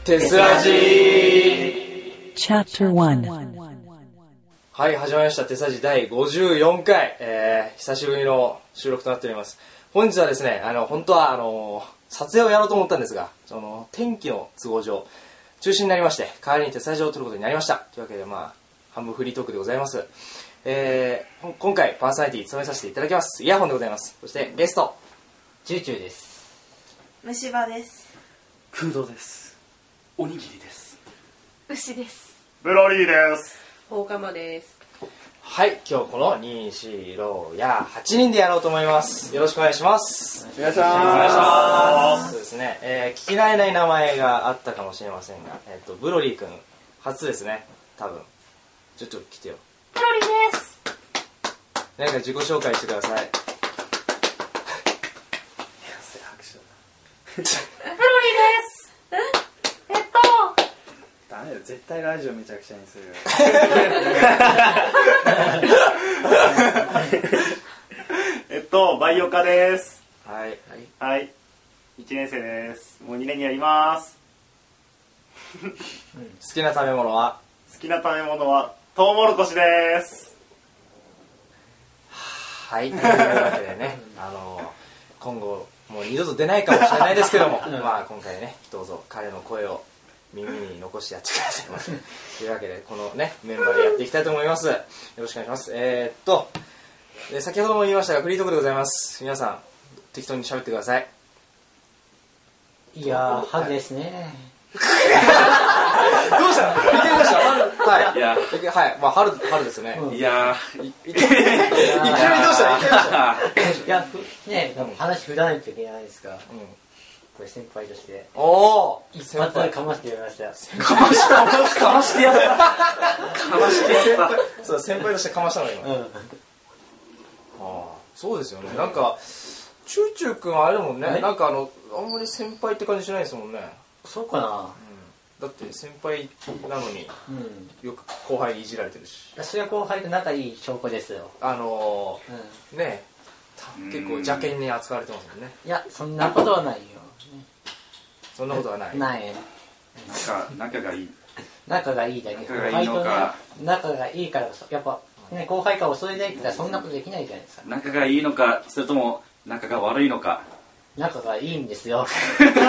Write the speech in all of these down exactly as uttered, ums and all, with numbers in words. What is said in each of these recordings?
テスラジーチャプターワン。 はい、始まりました。テスラジだいごじゅうよんかい、えー、久しぶりの収録となっております。本日はですね、あの本当はあの撮影をやろうと思ったんですが、その天気の都合上中止になりまして、代わりにテスラジを撮ることになりました。というわけで、まあ半分フリートークでございます。えー、今回パーソナリティ務めさせていただきますイヤホンでございます。そしてゲストチューチューです。 虫歯です。 空洞です。おにぎりです。 牛です。 ブロリーです。 放課間です。 はい、今日このに、よん、やはちにんでやろうと思います。よろしくお願いします。 お願いします。 お願いします。そうですね、えー、聞き慣れない名前があったかもしれませんが、えっとブロリー君初ですね、多分。ちょっと来てよ。 ブロリーです。 何か自己紹介してください。 ブロリーです。えっとダメだよ、絶対ラジオめちゃくちゃにするよ。えっとバイオ科です。 はいはい、いちねん生です。もうにねんになります。 好きな食べ物は？ 好きな食べ物はトウモロコシです。 はい、というわけでね、あの今後もう二度と出ないかもしれないですけども、まあ今回ね、どうぞ彼の声を耳に残してやってくださいませ。というわけで、このね、メンバーでやっていきたいと思います。よろしくお願いします。えー、っと、で先ほども言いましたが、フリートークでございます。皆さん、適当に喋ってください。 いやー、春ですね。 どうしたの？いきなりどうした春、はい。 いや、 はい、まあ春、春ですね。 いやいいきなりどうしたいきなりどうしたいや、ふね、多分話振らないといけないですか。これ先輩として。 おー、 一発でかましてやりました。 かました、かましてやった。 かましてやった。 そう、先輩としてかましたの今。 うん。 ああ、そうですよね。なんかチューチュー君はあれだもんね。なんかあのあんまり先輩って感じしないですもんね。 そうかな。 だって先輩なのにうん。 よく後輩にいじられてるし。 私が後輩と仲いい証拠ですよ。 あのうん。 ー、ねえ、結構邪険に扱われてますもんね。 いや、そんなことはないよ。 そんなことはない。 ない。 仲仲がいい。 仲がいいだけ。 仲がいいのか。 仲がいいからこそ、やっぱね、後輩から恐れないって言ったらそんなことできないじゃないですか。 仲がいいのか、それとも仲が悪いのか。 仲がいいんですよ。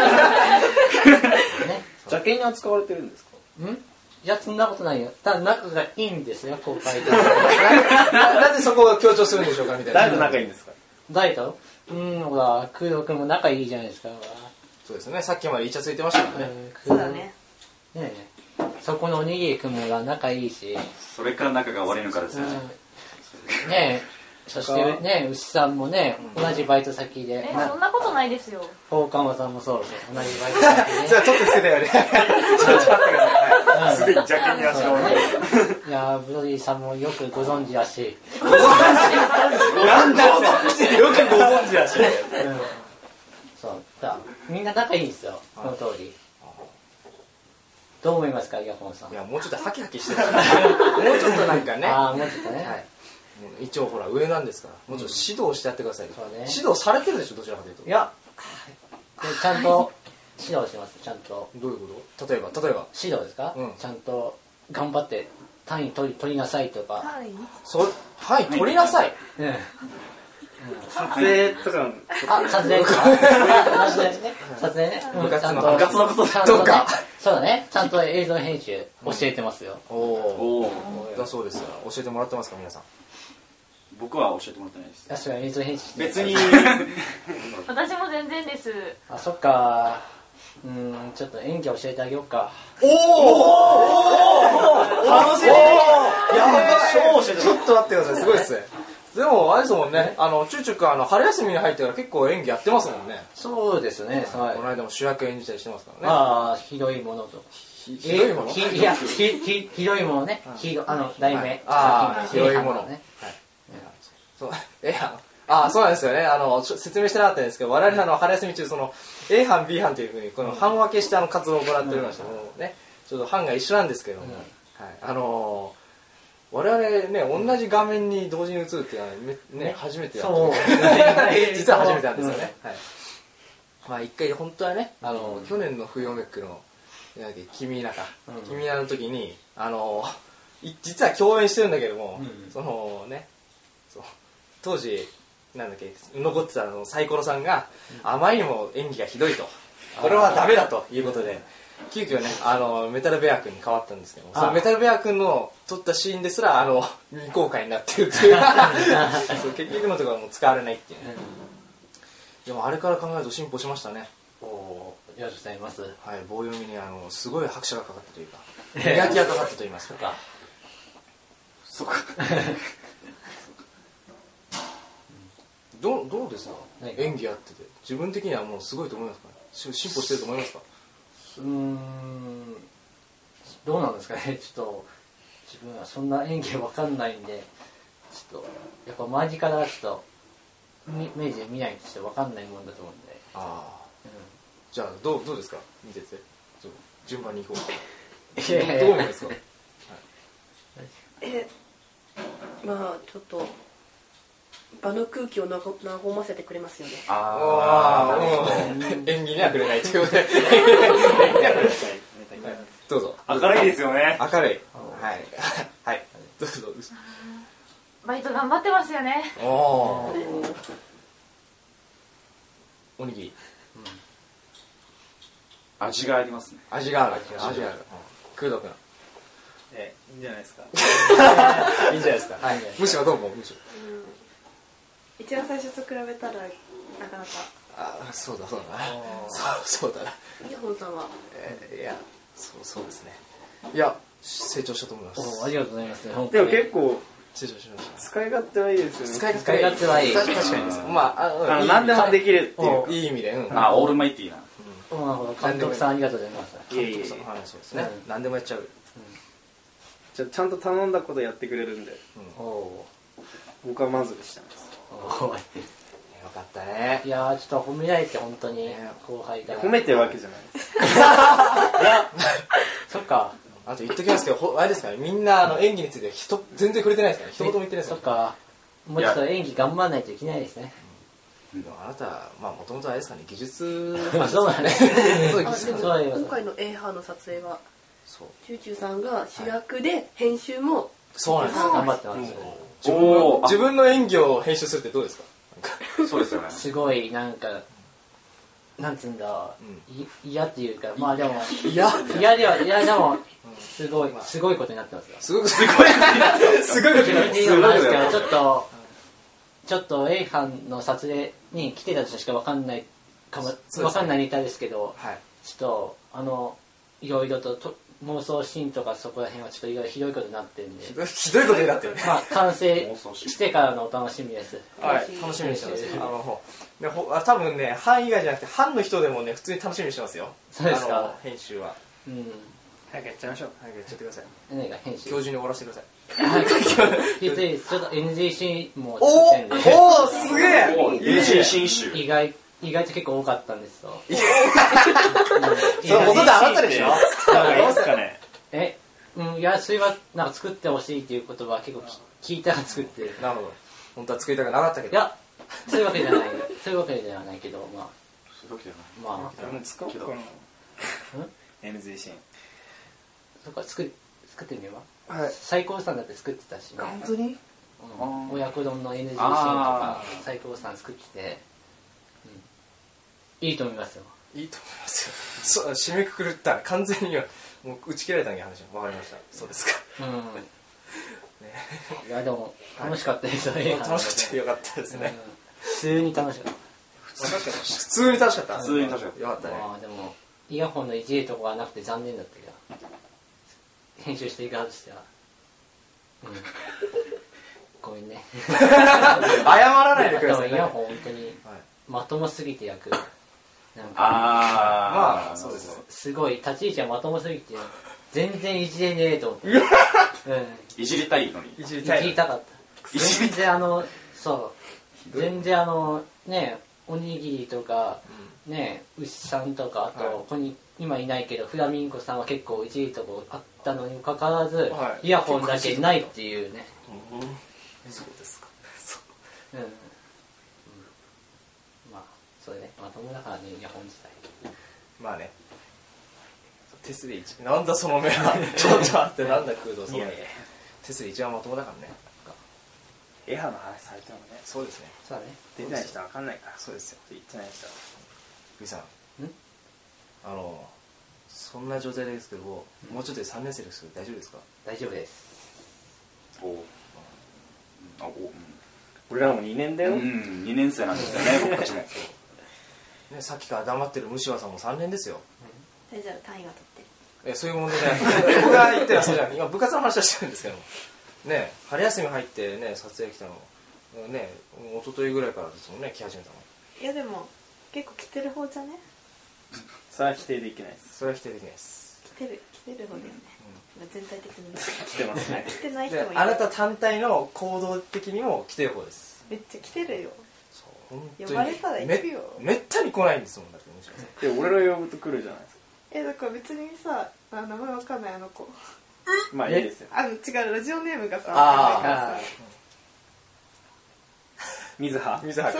ね。 邪険に扱われてるんですか？ ん？いや、そんなことないよ。ただ仲がいいんですよ、後輩と。 な, なぜそこを強調するんでしょうかみたいな。 誰と仲いいんですか？ 誰と？うん、ほら、工藤君も仲いいじゃないですか。 そうですね。さっきまでイチャついてましたからね。 そうだね。 ねえ。そこのおにぎり君も仲いいし。 それから仲が悪いのかですね。 うん、ねえ。そしてね、牛さんもね、同じバイト先で。 え、そんなことないですよ。 放課間さんもそうですよ。同じバイト先で。 じゃあちょっとつけたよね。ちょっと待ってください。 すでに邪険にあしらわれてる。 いやー、ブロディさんもよくご存知だし。 なんだよくご存知だし。 うん、そうだ、みんな仲いいんですよ、その通り。どう思いますか、イヤホンさん。 いや、もうちょっとハキハキしてる。もうちょっとなんかね。 ああ、もうちょっとね。 はい。一応ほら上なんですから、もうちょっと指導してやってくださいよ。 そうね。 指導されてるでしょ、どちらかというと。 いや、ちゃんと指導します、ちゃんと。 どういうこと？例えば、例えば。 指導ですか？ うん、ちゃんと頑張って単位取り取りなさいとか。 はい。 そ、はい、取りなさい。 うん。 撮影とか。 あ、撮影とか。撮影ね。撮影ね。 部活の部活のことちゃんとねとか。 そうだね。ちゃんと映像編集教えてますよ。 おお。 おだそうですよ。教えてもらってますか、皆さん。 僕は教えてもらってないです。 私は映像編集。 別に。 私も全然です。 あ、そっか。うーん、ちょっと演技教えてあげようか。 おお。 楽しみ。 やばい。ちょっと待ってください。すごいですね。でもあれですもんね。あのチューチュー君あの春休みに入ってから結構演技やってますもんね。 そうですね。はい。 この間も主役演じたりしてますからね。 ああ、ひどいものと。 ひひどいもの？ ひいや、ひひひどいものね。ひどあの題名。 ああ、ひどいものね。 はい。そう、えああ、そうなんですよね。あの説明してなかったんですけど、我々あの春休み中その A 班 B 班というふうにこの班分けしてあの活動を行っておりまして、もうね、ちょっと班が一緒なんですけども、はい、あの我々ね同じ画面に同時に映るっていうのはね、ね初めてやった。 そう。 実は初めてなんですよね。はい。まあ一回本当はね、あの、うん、去年の冬オメックのなんだっけ君中、 うん君中の時にあのい実は共演してるんだけども、 うんそのねそう当時なんだっけ残ってたあのサイコロさんがあまりにも演技がひどいと、これはダメだということで急遽ねあのメタルベア君に変わったんですけども、そのメタルベア君の撮ったシーンですらあの未公開になってるっていうそう結局のところはもう使われないっていうね、でもあれから考えると進歩しましたね。 おおー、ありがとうございます。 はい、棒読みにあのすごい拍手がかかったというか磨きがかかったと言いますか。 そうか。 どうどうですか何か演技やってて自分的にはもうすごいと思いますか、し進歩してると思いますか。 うーん、どうなんですかね。ちょっと自分はそんな演技わかんないんで、ちょっとやっぱ周りからちょっとみ目で見ないとしてわかんないもんだと思うんで、 ああ、 うじゃあどうどうですか見てて、そう順番に行こう。 ん、いやいやどう思いますか。 え、まあちょっと場の空気をなご和ませてくれますよね。 ああ、もう演技にはくれないということでどうぞ。 明るいですよね。 明るい。はいはいどうぞ。 バイト頑張ってますよね。 おおおにぎり味がありますね。 味がある味がある味がある。空洞くんえ、いいんじゃないですか。 いいんじゃないですか。 はいむしろどうもむしろ。 一番最初と比べたらなかなか。 ああそうだそうだな。 おーそうそうだな。 イヤホンさんはえーいやそうそうですね。いや成長したと思います。 おー、ありがとうございます。本当でにも結構成長しました。 使い勝手はいいですよね。 使い使い勝手はいい確かにです。まあああのいい何でもできるっていうおか。 いい意味で、うん。 あ、オールマイティーな。 おー、なるほど。監督さんありがとうございます。 いえいえいえ。 はいそうですね。 うん何でもやっちゃう。 じゃあちゃんと頼んだことやってくれるんでおお僕は満足してます。 ー、おー、 よかったね。 いやー、ちょっと褒められて本当にね後輩だ。 褒めてるわけじゃないです。 いや、そっか。 あと言っときますけど、ほあれですかね、みんなあの演技についてひと全然触れてないですから、一言も言ってないですかそっか。もうちょっと演技頑張らないといけないですね。 ら。でもあなたはまあもともとあれですかね、技術あ、そうだね。 そうあでもそうだよ今回の A 班の撮影はそうチューチューさんが主役で編集もそうなんですよ。 頑張ってます。 自分のおー自分の演技を編集するってどうですか。 そうですよね。 すごい、なんか、なんつうんだ、い嫌っていうか、まあでも、 いや嫌では、いやでも、すごい、すごいことになってますよ。 すごくすごいすごいことになっていいのもないですけど、ちょっと、ちょっと A 班の撮影に来てた人しかわかんないかも、 すねわかんないネタですけど、 はい。 ちょっと、あの、いろいろとと妄想シーンとかそこら辺はちょっといろいろひどいことになってるんで、 ひどいひどいことになってるね。 まあ完成してからのお楽しみです。 はい、楽しみにしてます。あのほねほあ多分ね、班以外じゃなくて班の人でもね普通に楽しみにしてますよ。 そうですかあの編集は。 うん。 早くやっちゃいましょう。 早くやっちゃってください。 何が編集今日中に終わらせてください。 はいきついですちょっと エヌジーシー も作おってんで、 おおすげえ。 お、エージー 新種。 意外、意外と結構多かったんですよ。 それ元であなたでしょ。 なんかいいっすかね。 え、うん、いや、それはなんか作ってほしいっていう言葉は結構き聞いたら作ってる。 なるほど。本当は作りたくなかったけど。 いや、そういうわけじゃない。そういうわけじゃないけど、まそういうわけじゃない。 あ、まあ、 もう使おうかな。 エヌジー シン。 そっか、作作ってみれば。 はい。 最高さんだって作ってたしね。 本当にうん、親子丼の エヌジー シーンとあか最高さん作ってて、うん、いいと思いますよ。 いいと思いますよ。そう締めくくるったら完全に今もう打ち切られたんや話。わかりました。そうですか。 うん。いやでも楽しかったですよね。 楽しくてよかったですね。 うん普通に楽しかっ普通に楽しかった。 普通に楽しかったよかったた。 ね。 まあでもイヤホンのいじるとこがなくて残念だったけど、編集していかとしては、うん、ごめんね。 謝らないでくでもださいね。 イヤホン本当にはいまともすぎて役なんかあー。 まあそうですね。 すごい立ち位置がまともすぎて全然いじれねえと思って、うん、 いじりたいのに。 いじりいたいの。 じりたかった。全然あのそう全然あのねおにぎりとかね牛さんとかあと、 はいここに今いないけどフラミンゴさんは結構いじるとこあったのにもかかわらず、 はいイヤホンだけないっていうね、 そうですか。 うん、うん、まあそれねまともだからねイヤホン自体まあね。 手すり一なんだその目はちょっと待ってなんだ空洞その目手すり一番まともだからねエハの話されてもねそうですねそうだね。 出てない人は分かんないからそうですよ言ってない人はグイさんあのそんな状態ですけどもうちょっとでさんねん生ですけど大丈夫ですか大丈夫です。 おうあおう俺らもにねんだよ、 うんにねん生なんですよね僕たちもね、さっきから黙ってる虫歯さんもさんねんですよ大丈夫、単位は取ってる。 えそういう問題じゃない僕が言ってるのはそうじゃない今部活の話はしてるんですけどもね春休み入ってね撮影来たのね一昨日ぐらいからですもんね来始めたのいやでも結構来てる方じゃね。 それは否定できないですそれは否定できないです来てる来てる方だよね、全体的に来てますね来てない人でもいる。 あなた単体の行動的にも来てる方ですめっちゃ来てるよ。 そう本当に呼ばれたら行くよめめったに来ないんですもんだって虫歯さんで俺の呼ぶと来るじゃないですかえだから別にさあ名前わかんないあの子まあいいですよあの違うラジオネームがさあーわかんないからさ水葉水葉君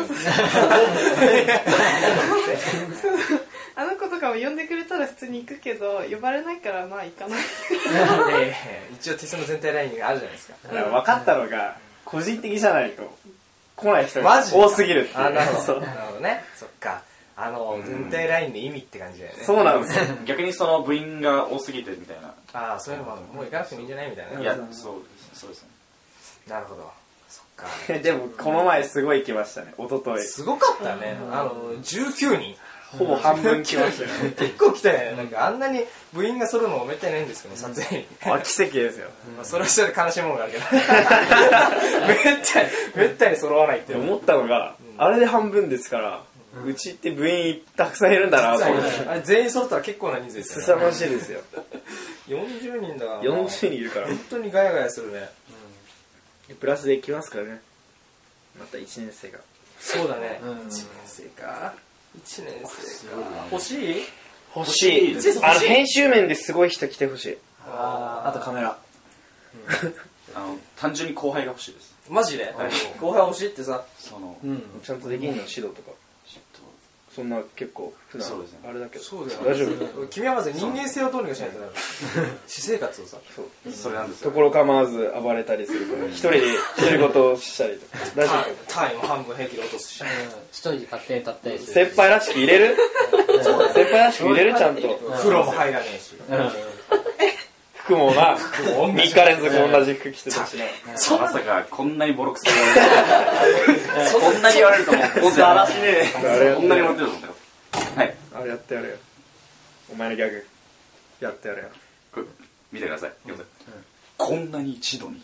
あの子とかも呼んでくれたら普通に行くけど呼ばれないからまあ行かないええ一応テストの全体ラインがあるじゃないですかだから分かったのが個人的じゃないと来ない人がマジ多すぎるっていうあなるほそうどなるほどねそっかあの全体ラインの意味って感じだよねそうなんですよ逆にその部員が多すぎてみたいなああそういうのもあるもう行かなくてもいいんじゃないみたいないやそうそうですねなるほどそっかでもこの前すごい来ましたね一昨日すごかったねあのじゅうきゅうにんほぼ半分来ましたよ結構来たねなんかあんなに部員が揃うのもめったにないんですけど撮影にあ奇跡ですよまあそれはそれで悲しいものがあるけどめったにめったに揃わないっていう思ったのがあれで半分ですからうちって部員たくさんいるんだなと思ってあれ全員揃ったら結構な人数ですよね凄まじいですよよんじゅうにんだからよんじゅうにんいるから本当にガヤガヤするねプラスで来ますからねまたいちねん生がそうだねうんいちねん生かいちねん生か欲しい欲しい欲しいあの編集面ですごい人来てほしいああとカメラあの単純に後輩が欲しいですマジで後輩欲しいってさそのうん。 ちゃんとできんの指導とかそんな結構普段そうですねあれだけどそうだよ大丈夫君はまず人間性をどうにかしないとなる私生活をさそうそれなんですよところ構わず暴れたりするから一人で独り言をしたりとか大丈夫単位も半分平気で落とすし一人で勝手に立ったりする。 先輩らしく入れる先輩らしく入れるちゃんと風呂も入らねえし服もなみっか連続同じ服着てたしなまさかこんなにボロクソ言われるこんなに言われると思う本当だらしねえこんなに言われてると思ったよはいあれやってやれよお前のギャグやってやれよこれ見てください見てくださいこんなに一度に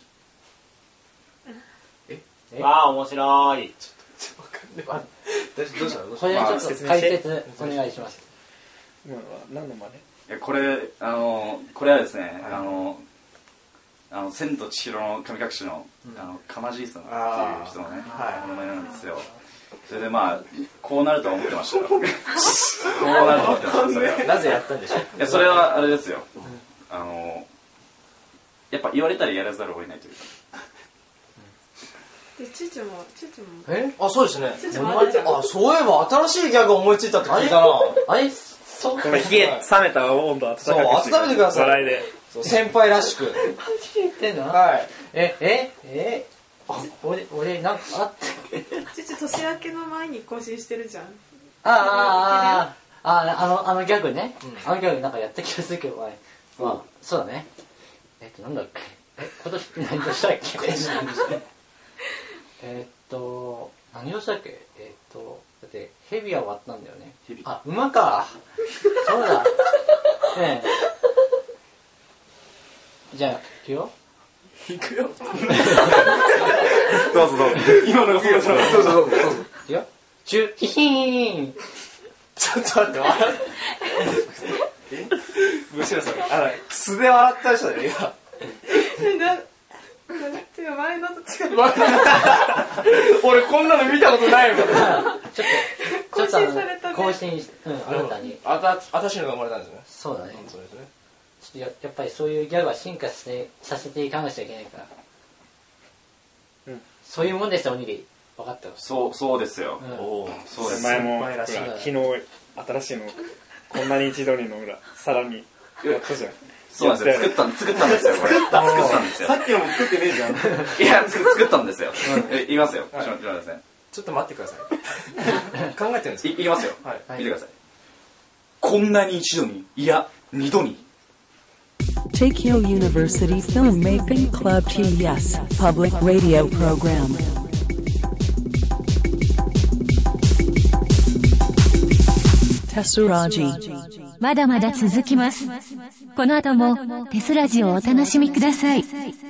ああ、面白い。 どうしたのどうしこれたのちょっと解説お願いします。 今のは何の真似いやこれあのこれはですね、あのあの千と千尋の神隠しの、あのかまじいさんっていう人のねはいものまねなんですよ。それでまあこうなるとは思ってましたよこうなると思ってましたそれはなぜやったんでしょういやそれはあれですよ、あのやっぱ言われたらやらざるを得ないというかでチュチュもチュチュもえあそうですねチュチュもあるじゃんあそういえば新しいギャグ思いついたって聞いたなあれそうこれ冷え冷めた温度温かくしてそう温めてください笑いでそう先輩らしく言ってんのはいえ、え、え、あ、俺、俺、なんかあって。 チュチュ年明けの前に更新してるじゃんああ、ああ、ああの、あのギャグね。あのギャグなんかやった気がするけど、前。まあ、そうだね。えっと、なんだっけ。え、今年って何をしたっけえっと、何をしたっけえっと、だって、ヘビは終わったんだよね。あ、馬か。そうだ。ねえ。じゃあ、いくよ。 行くよどうぞどうぞ今のがそうでしょどうぞどうぞどうぞいくよ。チュヒヒーン。 ちょっと待って笑ってむしろさあの素で笑った人だよ今なてか前のと違う俺こんなの見たことないもんちょっと、ちょっとあの更新されたね更新し、うん、あなたに。 あたあたしのが生まれたんですねそうだね。 そうですねちょっとややっぱりそういうギャグは進化してさせていかなくちゃいけないから。 うんそういうもんですよ、おにぎり。分かったよ。 そうそうですよ、 うんおおそうです前もほら先輩らしい昨日新しいのこんなに一度にの裏さらにやったじゃん。 そうなんですよ。作ったん、作ったんですよ、これ。作った作ったんですよ。 さっきのも作ってねえじゃん。 いや、作作ったんですよ。え言いますよ。ちょっと待ってください。 ちょっと待ってください。考えてるんですい言いますよ。 はい。 見てください。こんなに一度に、いや、二度に。 Tokyo University Filmmaking Club ティーエスPublic Radio Program Tesuraji まだまだ続きます。この後もテスラジをお楽しみください。